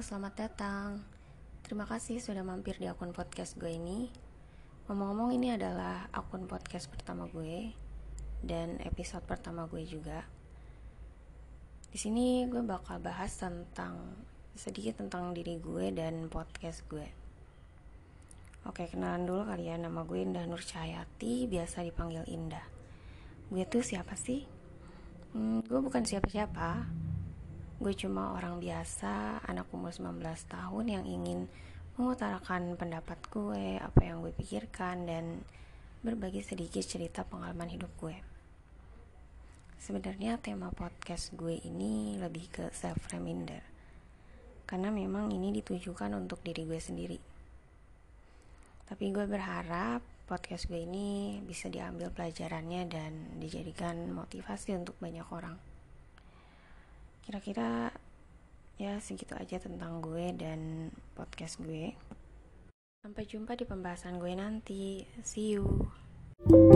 selamat datang. Terima kasih sudah mampir di akun podcast gue ini. Ngomong-ngomong, ini adalah akun podcast pertama gue dan episode pertama gue juga. Di sini gue bakal bahas sedikit tentang diri gue dan podcast gue. Oke, kenalan dulu kali ya. Nama gue Indah Nur Cahyati, biasa dipanggil Indah. Gue tuh siapa sih? Gue bukan siapa-siapa. Gue cuma orang biasa, anak umur 19 tahun yang ingin mengutarakan pendapat gue, apa yang gue pikirkan, dan berbagi sedikit cerita pengalaman hidup gue. Sebenarnya tema podcast gue ini lebih ke self-reminder, karena memang ini ditujukan untuk diri gue sendiri. Tapi gue berharap podcast gue ini bisa diambil pelajarannya dan dijadikan motivasi untuk banyak orang. Kira-kira ya segitu aja tentang gue dan podcast gue. Sampai jumpa di pembahasan gue nanti. See you.